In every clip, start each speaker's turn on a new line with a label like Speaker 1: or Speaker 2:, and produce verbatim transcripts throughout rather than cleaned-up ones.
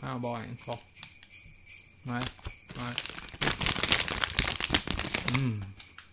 Speaker 1: Jag har bara en kvar. Nej, nej. Mm.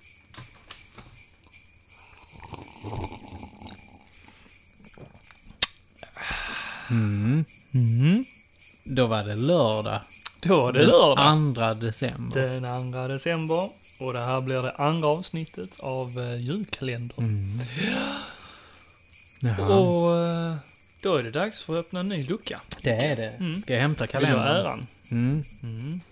Speaker 1: Mm.
Speaker 2: Mm.
Speaker 1: Då var det lördag.
Speaker 2: Då var det lördag.
Speaker 1: andra december.
Speaker 2: Den andra december. Och det här blir det andra avsnittet av uh, julkalendern.
Speaker 1: Mm. Jaha.
Speaker 2: Och uh, då är det dags för att öppna en ny lucka.
Speaker 1: Det är det.
Speaker 2: Mm.
Speaker 1: Ska jag hämta
Speaker 2: Vill du ha
Speaker 1: kalendern?
Speaker 2: äran?
Speaker 1: Mm.
Speaker 2: Mm.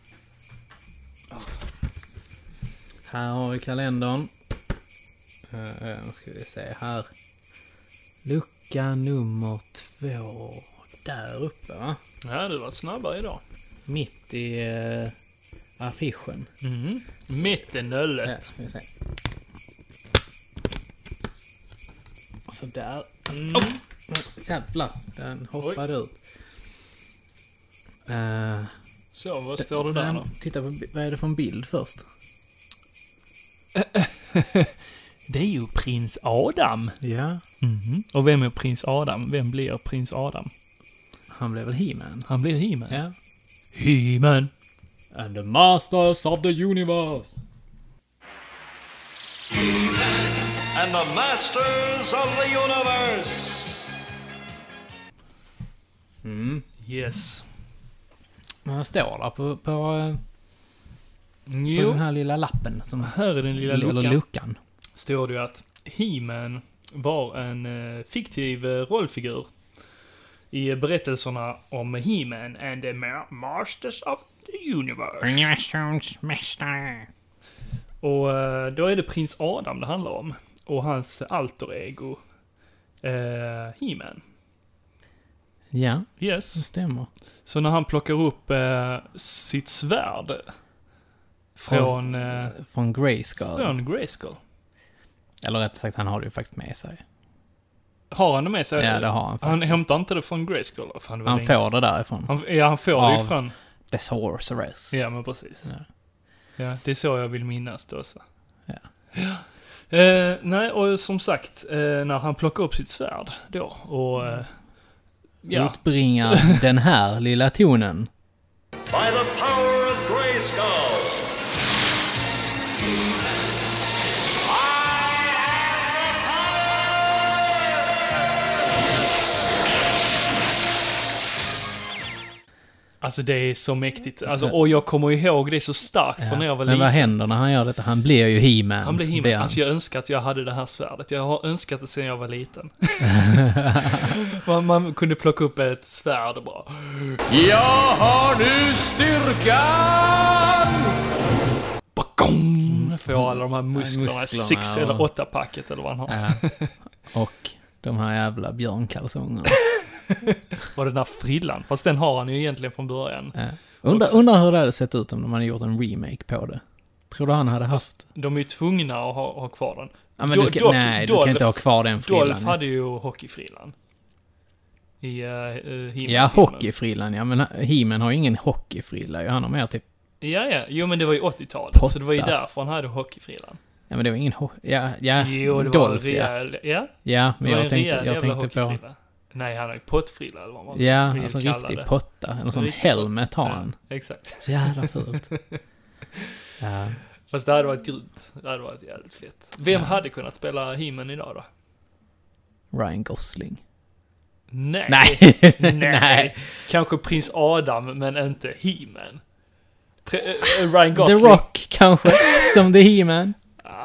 Speaker 1: Här har vi kalendern. Uh, nu ska vi se här. Lucka nummer två. Där uppe, va?
Speaker 2: Ja, du var snabbare idag.
Speaker 1: Mitt i uh, affischen.
Speaker 2: Mm. Mitt i
Speaker 1: Ja,
Speaker 2: nöllet.
Speaker 1: ska vi se. Så där.
Speaker 2: Mm.
Speaker 1: Oh! Jävlar, den hoppade ut. Uh,
Speaker 2: Så, vad står det där då?
Speaker 1: Titta på, vad är det för en bild först?
Speaker 2: Det är ju prins Adam.
Speaker 1: Ja.
Speaker 2: Mm. Och vem är prins Adam? Vem blir prins Adam?
Speaker 1: Han blev väl He-Man?
Speaker 2: Han blir He-Man.
Speaker 1: Ja.
Speaker 2: He-Man.
Speaker 1: And the masters of the universe.
Speaker 3: And the masters of the universe.
Speaker 1: Mm.
Speaker 2: Yes.
Speaker 1: Men vad står där på, på, på
Speaker 2: Jo,
Speaker 1: den här lilla lappen? Som,
Speaker 2: här är den lilla
Speaker 1: eller
Speaker 2: luckan.
Speaker 1: luckan.
Speaker 2: Står det ju att He-Man var en eh, fiktiv eh, rollfigur i berättelserna om He-Man and the Ma- Masters of the Universe.
Speaker 1: Universums mästare.
Speaker 2: Och eh, då är det prins Adam det handlar om. Och hans alter ego eh, He-Man.
Speaker 1: Ja, det
Speaker 2: Yes.
Speaker 1: stämmer.
Speaker 2: Så när han plockar upp eh, sitt svärd från, eh,
Speaker 1: Från Grayskull.
Speaker 2: från Grayskull.
Speaker 1: Eller rätt sagt, han har det ju faktiskt med sig.
Speaker 2: Har han det med sig?
Speaker 1: Ja, det har han
Speaker 2: Han
Speaker 1: faktiskt.
Speaker 2: hämtar inte det från Grayskull. Fan, det var
Speaker 1: Han
Speaker 2: länge.
Speaker 1: får det därifrån.
Speaker 2: Han, ja, han får
Speaker 1: Av-
Speaker 2: det ifrån.
Speaker 1: The Sorceress.
Speaker 2: Ja, men precis.
Speaker 1: Ja.
Speaker 2: Ja, det är så jag vill minnas det också.
Speaker 1: Ja.
Speaker 2: Ja. Eh, nej, och som sagt, eh, när han plockar upp sitt svärd då och... Eh, ja,
Speaker 1: Utbringar den här lilla tonen.
Speaker 3: By the power of Grayskull.
Speaker 2: alltså det är så mäktigt. Alltså,
Speaker 1: Så-
Speaker 2: och jag kommer ihåg det så starkt
Speaker 1: Ja.
Speaker 2: från när jag var
Speaker 1: Men vad
Speaker 2: liten.
Speaker 1: händer när han gör detta? Han blir ju He-Man.
Speaker 2: Han blev
Speaker 1: Blir
Speaker 2: himmel.
Speaker 1: han.
Speaker 2: Alltså jag önskar att jag hade det här svärdet. Jag har önskat det sedan jag var liten. man, man kunde plocka upp ett svärd och bara...
Speaker 3: Jag har nu styrkan.
Speaker 2: Bakong! Får alla de här musklerna.
Speaker 1: musklerna,
Speaker 2: Six
Speaker 1: ja.
Speaker 2: eller åtta packet eller vad han har.
Speaker 1: Ja. Och de här jävla björnkalsongerna.
Speaker 2: Och den där frillan. Fast den har han ju egentligen från början.
Speaker 1: Ja. Undrar undra hur det hade sett ut om de hade gjort en remake på det. Tror du han hade haft...
Speaker 2: De är ju tvungna att ha, ha kvar den.
Speaker 1: Ja, men
Speaker 2: Do-
Speaker 1: du kan,
Speaker 2: dock-
Speaker 1: nej, du
Speaker 2: Dolph-
Speaker 1: kan inte ha kvar den frillan.
Speaker 2: Dolph hade ju hockeyfrillan. I uh, uh,
Speaker 1: Ja, hockeyfrillan, ja. Men He-Man har ju ingen hockeyfrilla. Han har mer typ...
Speaker 2: Ja, ja. Jo, men det var ju åttiotalet.
Speaker 1: Potta.
Speaker 2: Så det var ju därför han hade hockeyfrillan.
Speaker 1: Ja, men det var ingen ho- Ja, ja.
Speaker 2: Jo, det
Speaker 1: Dolph,
Speaker 2: var en
Speaker 1: ja.
Speaker 2: rejäl... Ja,
Speaker 1: Ja, men
Speaker 2: det var
Speaker 1: jag
Speaker 2: en
Speaker 1: tänkte,
Speaker 2: rejäl
Speaker 1: jag
Speaker 2: jävla
Speaker 1: tänkte på...
Speaker 2: hockeyfrilla. Nej, han har ju pottfrilla eller vad man
Speaker 1: Ja,
Speaker 2: vill
Speaker 1: alltså
Speaker 2: kalla
Speaker 1: riktig
Speaker 2: det.
Speaker 1: potta. Eller sån
Speaker 2: Riktig
Speaker 1: helmet har han.
Speaker 2: Ja, exakt.
Speaker 1: Så jävla fult. Ja.
Speaker 2: Fast det hade varit grymt. Det hade varit jävligt fett. Vem
Speaker 1: Ja.
Speaker 2: hade kunnat spela He-Man idag då?
Speaker 1: Ryan Gosling.
Speaker 2: Nej.
Speaker 1: Nej.
Speaker 2: Nej.
Speaker 1: Nej.
Speaker 2: Kanske prins Adam, men inte He-Man. Pre- äh, Ryan Gosling.
Speaker 1: The Rock, kanske. Som The He-Man.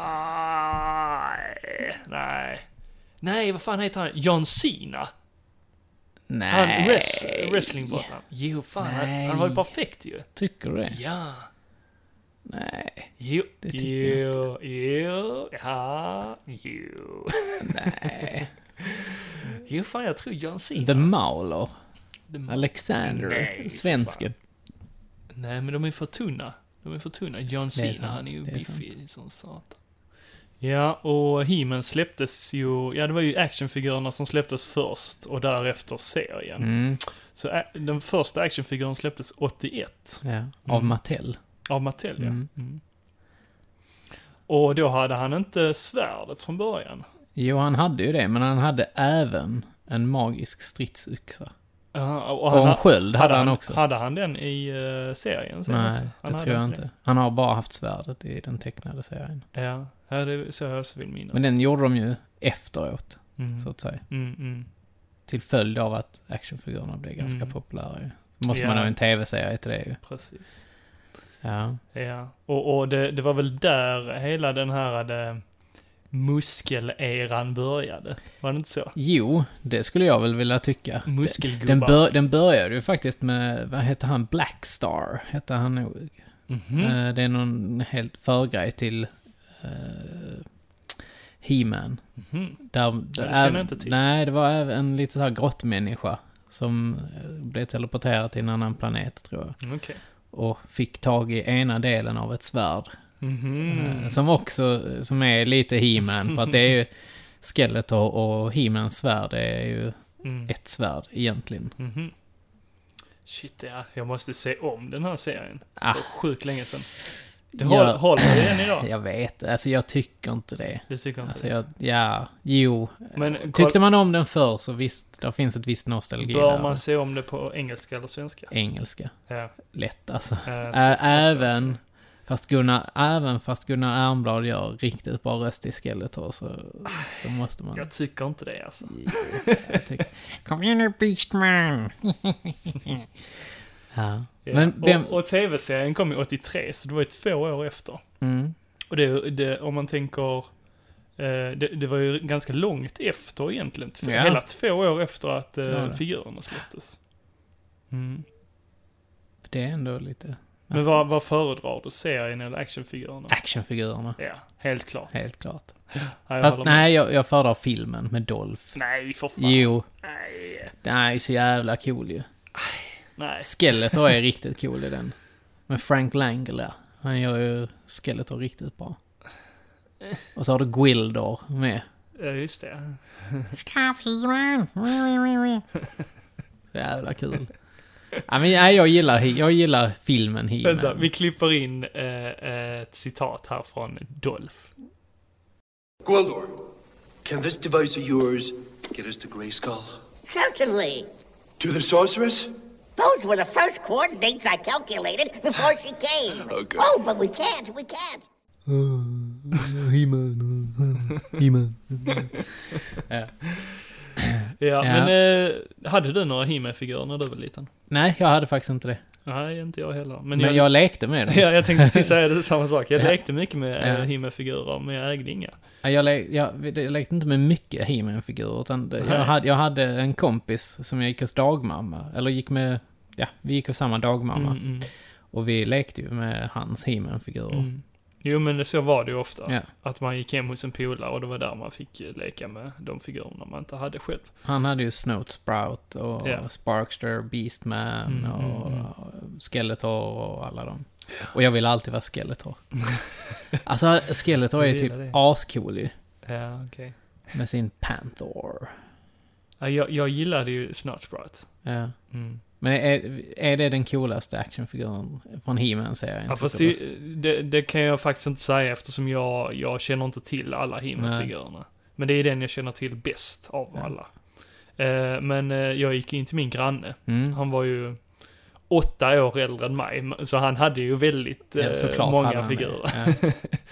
Speaker 2: Nej. Nej. Nej, vad fan heter han? John Cena.
Speaker 1: Nej.
Speaker 2: Han res, wrestlingbotten. Jo, fan. Han,
Speaker 1: Nej.
Speaker 2: han var ju perfekt ju.
Speaker 1: Tycker du det?
Speaker 2: Ja.
Speaker 1: Nej.
Speaker 2: Jo.
Speaker 1: Det tycker
Speaker 2: jo. Jo. Ja. Jo.
Speaker 1: Nej.
Speaker 2: Jo, fan, jag tror John Cena.
Speaker 1: The Mauler.
Speaker 2: The-
Speaker 1: Alexander.
Speaker 2: Nej,
Speaker 1: Svenske.
Speaker 2: Nej, men de är för tunna. De är för tunna. John
Speaker 1: är
Speaker 2: Cena,
Speaker 1: sant,
Speaker 2: han är ju
Speaker 1: det är
Speaker 2: biffig som satan. Ja, och He-Man släpptes ju... Ja, det var ju actionfigurerna som släpptes först och därefter serien.
Speaker 1: Mm.
Speaker 2: Så ä- den första actionfiguren släpptes åttioett
Speaker 1: Ja. Av
Speaker 2: Mm.
Speaker 1: Mattel.
Speaker 2: av Mattel, ja.
Speaker 1: Mm.
Speaker 2: Mm. Och då hade han inte svärdet från början.
Speaker 1: Jo, han hade ju det, men han hade även en magisk stridsyxa.
Speaker 2: Ja, och,
Speaker 1: Och,
Speaker 2: han,
Speaker 1: en sköld hade han också.
Speaker 2: Hade han den i uh, serien? Sen
Speaker 1: Nej,
Speaker 2: också?
Speaker 1: det
Speaker 2: Han
Speaker 1: tror jag inte. Det. Han har bara haft svärdet i den tecknade serien.
Speaker 2: Ja, ja det är så jag så vill minnas.
Speaker 1: Men den gjorde de ju efteråt,
Speaker 2: mm.
Speaker 1: så att säga.
Speaker 2: Mm, mm.
Speaker 1: Till följd av att actionfigurerna blev ganska
Speaker 2: Mm.
Speaker 1: populära ju. Måste
Speaker 2: Ja.
Speaker 1: man ha en tv-serie till det ju.
Speaker 2: Precis.
Speaker 1: Ja.
Speaker 2: Ja, och, och det, det var väl där hela den här det, muskeleran började. Var det inte så?
Speaker 1: Jo, det skulle jag väl vilja tycka.
Speaker 2: Muskelgubbar.
Speaker 1: Den, bör, den började ju faktiskt med, vad heter han? Blackstar heter han nog.
Speaker 2: Mm-hmm.
Speaker 1: Eh, det är någon helt förgrej till uh, He-Man.
Speaker 2: Mm-hmm.
Speaker 1: Där,
Speaker 2: det
Speaker 1: där
Speaker 2: känner
Speaker 1: är,
Speaker 2: jag inte till.
Speaker 1: Nej, det var även en lite så här grottmänniska som blev teleporterad till en annan planet, tror jag.
Speaker 2: Okej. Okay.
Speaker 1: Och fick tag i ena delen av ett svärd.
Speaker 2: Mm-hmm.
Speaker 1: Eh, som också, som är lite He-Man, för att det är ju Skeletor och He-Mans svärd, det är ju
Speaker 2: mm.
Speaker 1: ett svärd egentligen.
Speaker 2: Mm-hmm. Shit, ja. Jag måste se om den här serien.
Speaker 1: Ah.
Speaker 2: Det var sjukt länge sedan. Det
Speaker 1: Jag-
Speaker 2: håller, håller det än idag?
Speaker 1: Jag vet, alltså jag tycker inte det.
Speaker 2: Det tycker jag inte.
Speaker 1: Alltså jag, ja, jo.
Speaker 2: Men
Speaker 1: Tyckte
Speaker 2: koll-
Speaker 1: man om den förr så visst, där finns ett visst nostalgi
Speaker 2: Bör
Speaker 1: där.
Speaker 2: man se om det på engelska eller svenska?
Speaker 1: Engelska,
Speaker 2: Ja.
Speaker 1: lätt alltså.
Speaker 2: Eh, jag
Speaker 1: Ä-
Speaker 2: tror- jag tror
Speaker 1: även,
Speaker 2: också.
Speaker 1: fast Gunnar, även fast Gunnar Ernblad gör riktigt bra röst i Skeletor så, så måste man...
Speaker 2: Jag tycker inte det alltså.
Speaker 1: Jag tycker, kom igen nu Beastman! Ja.
Speaker 2: Ja.
Speaker 1: Men vem...
Speaker 2: Och, och tv-serien kom ju åttiotre, så det var ju två år efter.
Speaker 1: Mm.
Speaker 2: Och det, det om man tänker... Eh, det, det var ju ganska långt efter egentligen. Två,
Speaker 1: Ja.
Speaker 2: Hela två år efter att eh,
Speaker 1: Ja, det.
Speaker 2: figurerna släpptes. Mm.
Speaker 1: Det är ändå lite...
Speaker 2: Men vad, vad föredrar du? Serien eller actionfigurerna?
Speaker 1: Actionfigurerna,
Speaker 2: Ja, helt klart.
Speaker 1: helt klart.
Speaker 2: Ja, jag
Speaker 1: Fast
Speaker 2: håller med.
Speaker 1: nej, jag, jag föredrar filmen med Dolph.
Speaker 2: Nej, för fan.
Speaker 1: Jo,
Speaker 2: Nej.
Speaker 1: den är så jävla cool ju.
Speaker 2: Nej.
Speaker 1: Skeletor är riktigt cool i den. Men Frank Langella, han gör ju Skeletor riktigt bra. Och så har du Gwildor med.
Speaker 2: Ja, just det.
Speaker 1: Stop He-Man! Så jävla kul. Ja, men nej, jag gillar, jag gillar filmen He-Man.
Speaker 2: Vänta, vi klipper in eh, ett citat här från Dolph.
Speaker 4: Gwildor, can this device of yours get us to Grayskull?
Speaker 5: Certainly.
Speaker 4: To the sorceress?
Speaker 5: Those were the first coordinates I calculated before she came.
Speaker 4: Okay.
Speaker 5: Oh, but we can't. We can't.
Speaker 1: He-Man. He-Man. Ja.
Speaker 2: Ja, men eh, hade du några He-Man-figurer när du var liten?
Speaker 1: Nej, jag hade faktiskt inte det.
Speaker 2: Nej, inte jag heller. Men,
Speaker 1: Men
Speaker 2: jag,
Speaker 1: jag lekte med det.
Speaker 2: ja, jag tänkte precis säga det, samma sak. Jag
Speaker 1: Ja.
Speaker 2: lekte mycket med
Speaker 1: Ja.
Speaker 2: ja. He-Man-figurer, men jag ägde inga.
Speaker 1: Ja, Jag, le- jag, jag lekte inte med mycket He-Man-figurer, utan det,
Speaker 2: Nej.
Speaker 1: jag, hade, jag hade en kompis som jag gick hos dagmamma, eller gick med, ja, vi gick hos samma dagmamma.
Speaker 2: Mm, mm,
Speaker 1: Och vi lekte ju med hans He-Man-figurer.
Speaker 2: mm. Jo, men så var det ju ofta.
Speaker 1: Ja.
Speaker 2: Att man gick hem hos en polare och det var där man fick eh, leka med de figurerna man inte hade själv.
Speaker 1: Han hade ju Snout Sprout och
Speaker 2: Ja.
Speaker 1: Sparkster, Beastman
Speaker 2: Mm,
Speaker 1: och
Speaker 2: mm,
Speaker 1: Skeletor och alla dem. Och jag ville alltid vara Skeletor. Alltså, Skeletor är ju
Speaker 2: Jag
Speaker 1: typ
Speaker 2: gillar det.
Speaker 1: ascool ju.
Speaker 2: Ja, okej.
Speaker 1: Med sin Panther.
Speaker 2: Ja, jag, jag gillade ju Snartsprite.
Speaker 1: Ja.
Speaker 2: Mm.
Speaker 1: Men är, är det den coolaste actionfiguren från He-Man-serien?
Speaker 2: Ja, fast
Speaker 1: tycker
Speaker 2: det,
Speaker 1: du?
Speaker 2: det, det kan jag faktiskt inte säga eftersom jag, jag känner inte till alla He-Man-figurerna. Men det är den jag känner till bäst av
Speaker 1: Ja.
Speaker 2: alla. Eh, men eh, jag gick in till min granne.
Speaker 1: Mm.
Speaker 2: Han var ju åtta år äldre än mig, så han hade ju väldigt eh,
Speaker 1: Ja, såklart hade
Speaker 2: många
Speaker 1: han det.
Speaker 2: figurer.
Speaker 1: Ja.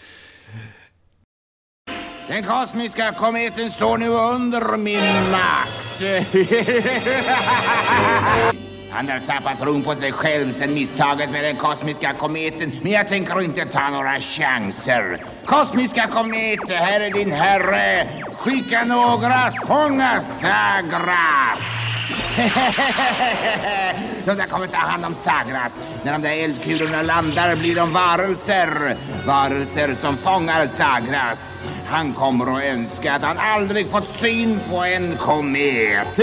Speaker 6: Den kosmiska kometen står nu under min makt. Han har tappat tron på sig själv sen misstaget med den kosmiska kometen, men jag tänker inte ta några chanser. Kosmiska komet, här är din herre. Skicka några, fånga Sagras. De där kommer ta hand om Sagras. När de där eldkulorna landar blir de varelser. Varelser som fångar Sagras. Han kommer att önska att han aldrig fått syn på en komet.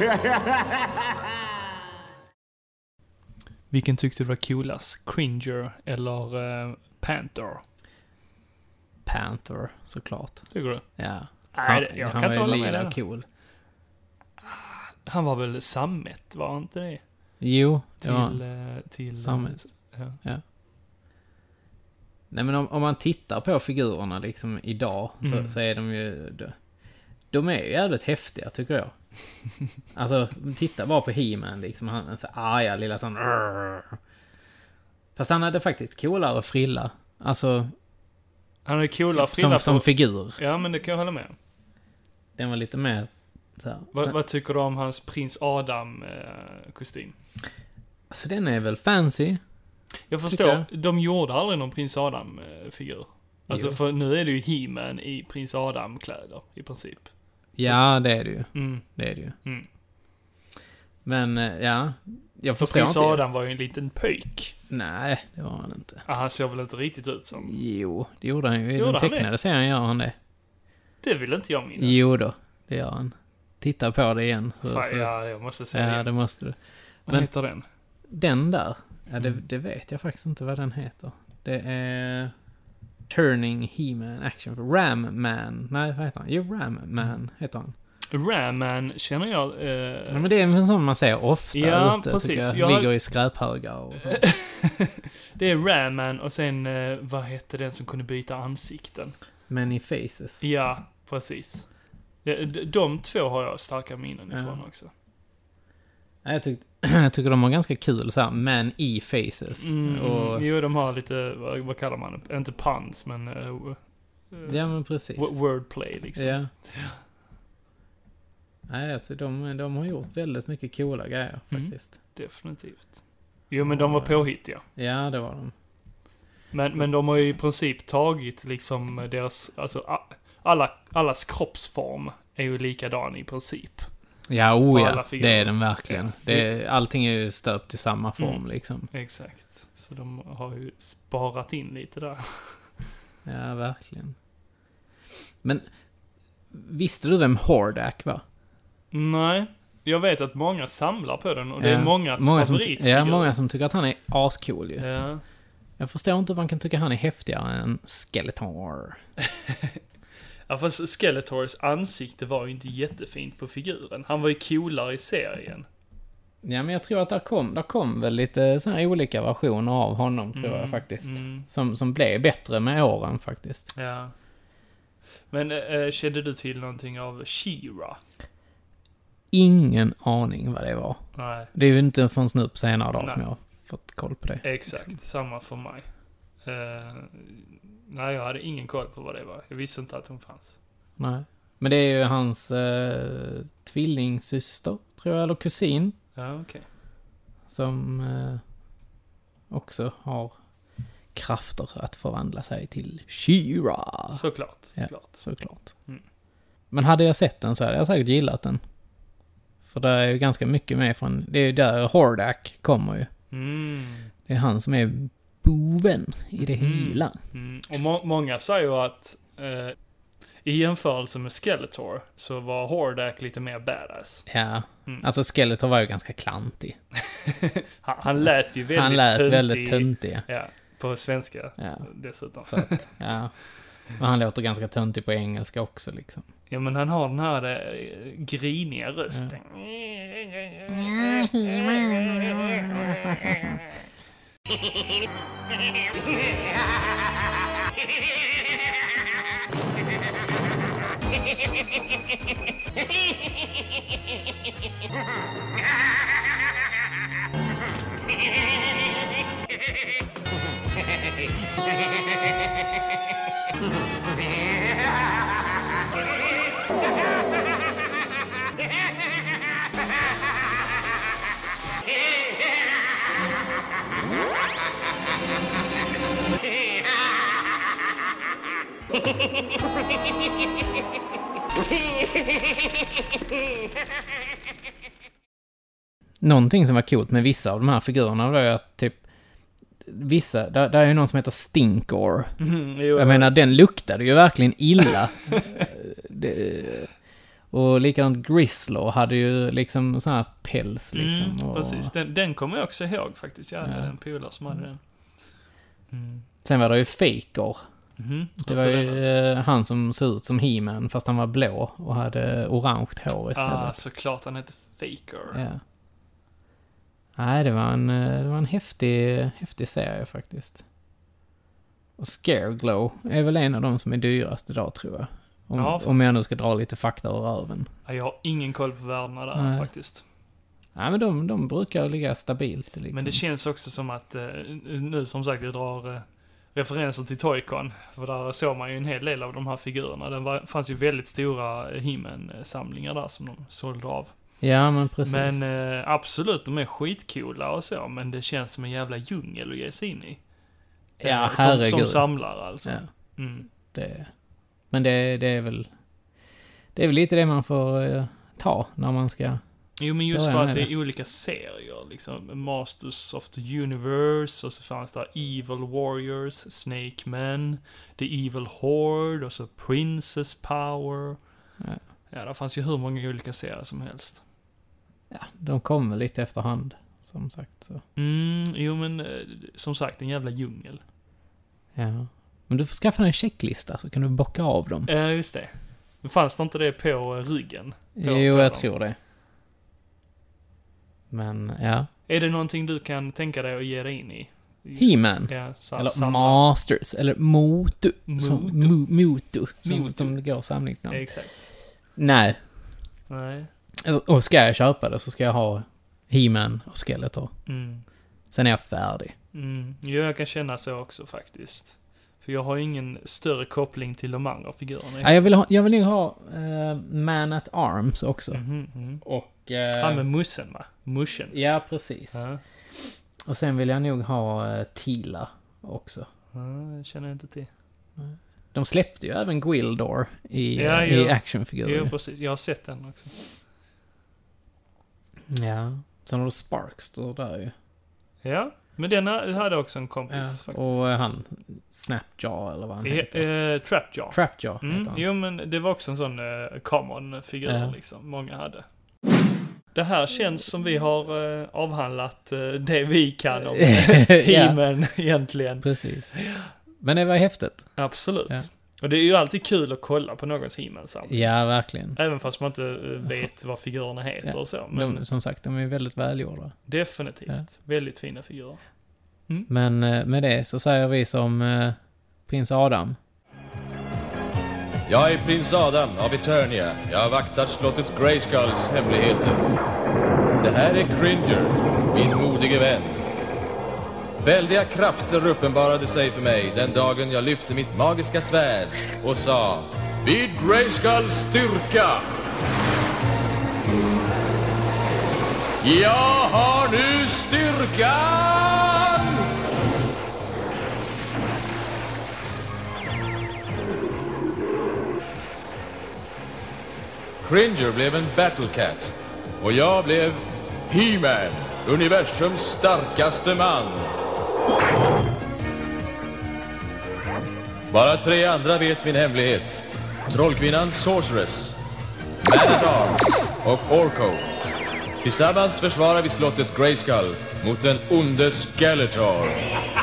Speaker 2: Vilken tyckte du var coolast? Cringer eller uh, Panther?
Speaker 1: Panther, såklart.
Speaker 2: Tycker du?
Speaker 1: Ja.
Speaker 2: Nej, det- jag
Speaker 1: han
Speaker 2: kan inte
Speaker 1: var
Speaker 2: hålla
Speaker 1: ju
Speaker 2: med
Speaker 1: lila
Speaker 2: dig
Speaker 1: och
Speaker 2: där.
Speaker 1: cool.
Speaker 2: Han var väl sammet, var han inte det?
Speaker 1: Jo, det
Speaker 2: Till...
Speaker 1: var han.
Speaker 2: eh, till
Speaker 1: Sammet.
Speaker 2: Ja.
Speaker 1: Nej, men om, om man tittar på figurerna liksom idag så,
Speaker 2: Mm.
Speaker 1: så är de ju... De, de är ju jävligt häftiga tycker jag. Alltså, titta bara på He-Man liksom. Han är så arga lilla sån... Fast han hade faktiskt coolare frilla. Alltså...
Speaker 2: Han hade coolare frilla
Speaker 1: som,
Speaker 2: på...
Speaker 1: som figur.
Speaker 2: Ja, men det kan jag hålla med.
Speaker 1: Den var lite mer... Så här.
Speaker 2: Va,
Speaker 1: Sen,
Speaker 2: vad tycker du om hans prins Adam-kostym?
Speaker 1: alltså, den är väl fancy.
Speaker 2: Jag förstår,
Speaker 1: jag.
Speaker 2: de gjorde aldrig någon prins Adam-figur. Alltså,
Speaker 1: Jo.
Speaker 2: för nu är det ju He-Man i prins Adam-kläder, i princip.
Speaker 1: Ja, det är det ju.
Speaker 2: Mm.
Speaker 1: Det är det ju.
Speaker 2: Mm.
Speaker 1: Men, eh, ja... Jag
Speaker 2: För
Speaker 1: förstår
Speaker 2: prins
Speaker 1: inte.
Speaker 2: Adam var ju en liten pöjk.
Speaker 1: Nej, det var han inte.
Speaker 2: Ah, han såg väl inte riktigt ut som...
Speaker 1: Jo, det gjorde han ju. I
Speaker 2: Gjorde
Speaker 1: den
Speaker 2: han
Speaker 1: tecknade
Speaker 2: det?
Speaker 1: serien gör han det.
Speaker 2: Det vill inte jag minnas.
Speaker 1: Jo då, det gör han. Titta på det igen. Så,
Speaker 2: Fan,
Speaker 1: så,
Speaker 2: ja, jag måste
Speaker 1: ja,
Speaker 2: säga
Speaker 1: det måste du.
Speaker 2: Vad
Speaker 1: men-
Speaker 2: heter den?
Speaker 1: Den där, ja, det,
Speaker 2: Mm.
Speaker 1: det vet jag faktiskt inte vad den heter. Det är... Turning He-Man Action for Ram Man. Nej, vad heter han? Jo, Ram Man heter han.
Speaker 2: Ram-Man känner jag... Eh...
Speaker 1: Ja, men det är en sån man ser ofta
Speaker 2: Ja,
Speaker 1: ute.
Speaker 2: precis.
Speaker 1: Tycker jag.
Speaker 2: Jag har-
Speaker 1: Ligger i skräphögar och sånt.
Speaker 2: det är Ram-Man och sen, eh, vad hette den som kunde byta ansikten?
Speaker 1: Many Faces.
Speaker 2: Ja, precis. De, de, de två har jag starka minnen ifrån
Speaker 1: Ja.
Speaker 2: också.
Speaker 1: Ja, jag, tyck, jag tycker de har ganska kul så här, man i faces.
Speaker 2: Mm,
Speaker 1: Och,
Speaker 2: Jo, de har lite, vad, vad kallar man det? Inte puns, men... Uh,
Speaker 1: ja, men precis.
Speaker 2: wordplay, liksom.
Speaker 1: Ja. Nej, jag tycker de, de har gjort väldigt mycket coola grejer
Speaker 2: Mm.
Speaker 1: faktiskt.
Speaker 2: Definitivt. Jo, men de var påhittiga.
Speaker 1: Ja, det var de.
Speaker 2: Men, men de har ju i princip tagit liksom deras, alltså a- alla, allas kroppsform är ju likadan i princip.
Speaker 1: Ja,
Speaker 2: På
Speaker 1: oh
Speaker 2: alla
Speaker 1: ja.
Speaker 2: figurer.
Speaker 1: Det är den verkligen.
Speaker 2: Ja.
Speaker 1: Det är, allting är ju stöpt i samma form
Speaker 2: Mm.
Speaker 1: liksom.
Speaker 2: Exakt. Så de har ju sparat in lite där.
Speaker 1: Ja, verkligen. Men visste du vem Hordak var?
Speaker 2: Nej, jag vet att många samlar på den och det
Speaker 1: Ja,
Speaker 2: är mångas
Speaker 1: många som,
Speaker 2: favoritfigur.
Speaker 1: ja, många som tycker att han är ascool ju.
Speaker 2: Ja.
Speaker 1: Jag förstår inte hur man kan tycka han är häftigare än Skeletor.
Speaker 2: Ja, fast Skeletors ansikte var ju inte jättefint på figuren. Han var ju coolare i serien.
Speaker 1: Ja, men jag tror att där kom, där kom väl lite så här olika versioner av honom, tror
Speaker 2: Mm,
Speaker 1: jag faktiskt.
Speaker 2: mm.
Speaker 1: Som, som blev bättre med åren faktiskt.
Speaker 2: Ja. Men äh, kände du till någonting av She-Ra?
Speaker 1: Ingen aning vad det var.
Speaker 2: Nej,
Speaker 1: Det är ju inte förrän nu på senare dag
Speaker 2: Nej.
Speaker 1: som jag har fått koll på det.
Speaker 2: exakt. Samma för mig. Uh, nej, jag hade ingen koll på vad det var. Jag visste inte att hon fanns.
Speaker 1: Nej. Men det är ju hans eh, tvillingsyster, tror jag, eller kusin.
Speaker 2: Ja, okej.
Speaker 1: Som eh, också har krafter att förvandla sig till She-Ra.
Speaker 2: Såklart.
Speaker 1: Ja,
Speaker 2: Klart.
Speaker 1: såklart.
Speaker 2: Mm.
Speaker 1: Men hade jag sett den så hade jag säkert gillat den. För det är ju ganska mycket med från... Det är ju där Hordak kommer ju.
Speaker 2: Mm.
Speaker 1: Det är han som är boven i det
Speaker 2: Mm.
Speaker 1: hela.
Speaker 2: Mm. Och må- många säger ju att eh, i jämförelse med Skeletor så var Hordak lite mer badass.
Speaker 1: Ja,
Speaker 2: Mm.
Speaker 1: alltså Skeletor var ju ganska klantig.
Speaker 2: Han, han lät ju väldigt
Speaker 1: Han lät
Speaker 2: töntig.
Speaker 1: väldigt töntig.
Speaker 2: Ja, på svenska
Speaker 1: Ja,
Speaker 2: dessutom.
Speaker 1: så att, ja. Men han låter ganska töntig på engelska också liksom.
Speaker 2: Ja, men han har den här eh, griniga rösten.
Speaker 1: Någonting som var coolt med vissa av de här figurerna var ju att typ vissa, där, där är ju någon som heter Stinkor.
Speaker 2: Mm, jo,
Speaker 1: Jag menar, den luktade ju verkligen illa. det, och likadant Grislaw hade ju liksom sån här päls liksom.
Speaker 2: Mm,
Speaker 1: och,
Speaker 2: precis, den, den kommer jag också ihåg faktiskt. Jag hade
Speaker 1: Ja.
Speaker 2: en polare som hade den. Mm.
Speaker 1: Sen var det ju Faker.
Speaker 2: Mhm.
Speaker 1: Det var ju eh, han som såg ut som He-Man fast han var blå och hade orange hår istället.
Speaker 2: Ah, såklart han hette Faker.
Speaker 1: Ja. Nej, det var en, eh, det var en häftig, häftig serie faktiskt. Och Scareglow är väl en av de som är dyrast idag, tror jag. Om,
Speaker 2: Ja, för-
Speaker 1: om jag nu ska dra lite fakta ur röven.
Speaker 2: Ja, jag har ingen koll på värdena där
Speaker 1: Nej.
Speaker 2: faktiskt.
Speaker 1: Nej, men de, de brukar ligga stabilt. Liksom.
Speaker 2: Men det känns också som att, eh, nu som sagt, jag drar eh, referenser till Toy-Con. För där såg man ju en hel del av de här figurerna. Det var, fanns ju väldigt stora He-Man-samlingar där som de sålde av.
Speaker 1: Ja, men precis.
Speaker 2: Men eh, absolut, de är skitcoola och så, men det känns som en jävla djungel att ge sig in i.
Speaker 1: ja,
Speaker 2: Eh, som,
Speaker 1: herregud.
Speaker 2: som samlare alltså.
Speaker 1: Ja,
Speaker 2: Mm.
Speaker 1: det, men det, det är väl... Det är väl lite det man får eh, ta när man ska...
Speaker 2: Jo, men just
Speaker 1: Ja,
Speaker 2: för
Speaker 1: jag
Speaker 2: att det
Speaker 1: menar.
Speaker 2: är olika serier, liksom. Masters of the Universe, och så fanns där Evil Warriors, Snake Man, The Evil Horde, och så Princess Power.
Speaker 1: Ja.
Speaker 2: Ja, det fanns ju hur många olika serier som helst.
Speaker 1: Ja, de kommer lite efterhand, som sagt. Så.
Speaker 2: Mm, jo men, eh, som sagt, en jävla djungel.
Speaker 1: Ja. Men du får skaffa en checklista så kan du bocka av dem.
Speaker 2: Ja, eh, just det. Men fanns det inte det på eh, ryggen? På,
Speaker 1: jo,
Speaker 2: på
Speaker 1: jag
Speaker 2: dem?
Speaker 1: tror det. Men, ja.
Speaker 2: Är det någonting du kan tänka dig att ge dig in i?
Speaker 1: He-Man.
Speaker 2: Ja, så,
Speaker 1: Eller
Speaker 2: samma.
Speaker 1: Masters. Eller Motu. Som,
Speaker 2: Motu.
Speaker 1: Mo, Motu. Som,
Speaker 2: Motu.
Speaker 1: som det går samlingsnamn.
Speaker 2: Exakt.
Speaker 1: Nej.
Speaker 2: Nej.
Speaker 1: Och ska jag köpa det så ska jag ha He-Man och Skeletor.
Speaker 2: Mm.
Speaker 1: Sen är jag färdig.
Speaker 2: Mm. Jo, jag kan känna så också faktiskt. För jag har ingen större koppling till de andra figurerna.
Speaker 1: Ja, jag vill ha, jag vill nog ha uh, Man at Arms också.
Speaker 2: Mhm, mhm.
Speaker 1: Och... Uh,
Speaker 2: Ja, med mussen va? Muschen.
Speaker 1: ja, precis.
Speaker 2: Ja.
Speaker 1: Och sen vill jag nog ha uh, Tila också.
Speaker 2: Ja, det känner jag inte till.
Speaker 1: De släppte ju även Gwildor i,
Speaker 2: Ja,
Speaker 1: uh,
Speaker 2: jo.
Speaker 1: i actionfigurer.
Speaker 2: Jo, precis. Jag har sett den också.
Speaker 1: Ja. Sen har du Sparkster där ju.
Speaker 2: Ja, men den hade också en kompis
Speaker 1: Ja.
Speaker 2: faktiskt.
Speaker 1: Och uh, han, Snapjaw eller vad han
Speaker 2: Eh,
Speaker 1: heter.
Speaker 2: eh, Trapjaw.
Speaker 1: Trapjaw
Speaker 2: Mm,
Speaker 1: heter han.
Speaker 2: jo, men det var också en sån uh, common figur
Speaker 1: Ja.
Speaker 2: liksom. Många hade. Det här känns som vi har uh, avhandlat uh, det vi kan om
Speaker 1: Ja.
Speaker 2: He-Man egentligen.
Speaker 1: Precis. Men det var häftigt.
Speaker 2: Absolut.
Speaker 1: Ja.
Speaker 2: Och det är ju alltid kul att kolla på någons He-Man-samling.
Speaker 1: Ja, verkligen.
Speaker 2: Även fast man inte uh, vet vad figurerna heter
Speaker 1: Ja.
Speaker 2: och så. Men
Speaker 1: De, som sagt, de är väldigt välgjorda.
Speaker 2: definitivt.
Speaker 1: Ja.
Speaker 2: Väldigt fina figurer.
Speaker 1: Men uh, med det så säger vi som uh, prins Adam.
Speaker 7: Jag är prins Adam av Eternia. Jag vaktar slottet Grayskulls hemligheter. Det här är Cringer, min modige vän. Väldiga krafter uppenbarade sig för mig den dagen jag lyfte mitt magiska svärd och sa: vid Grayskulls styrka! Jag har nu styrkan! Cringer blev en Battlecat och jag blev He-Man, universums starkaste man. Bara tre andra vet min hemlighet. Trollkvinnan Sorceress, Man at Arms och Orko. Tillsammans försvarar vi slottet Grayskull mot den onde Skeletor.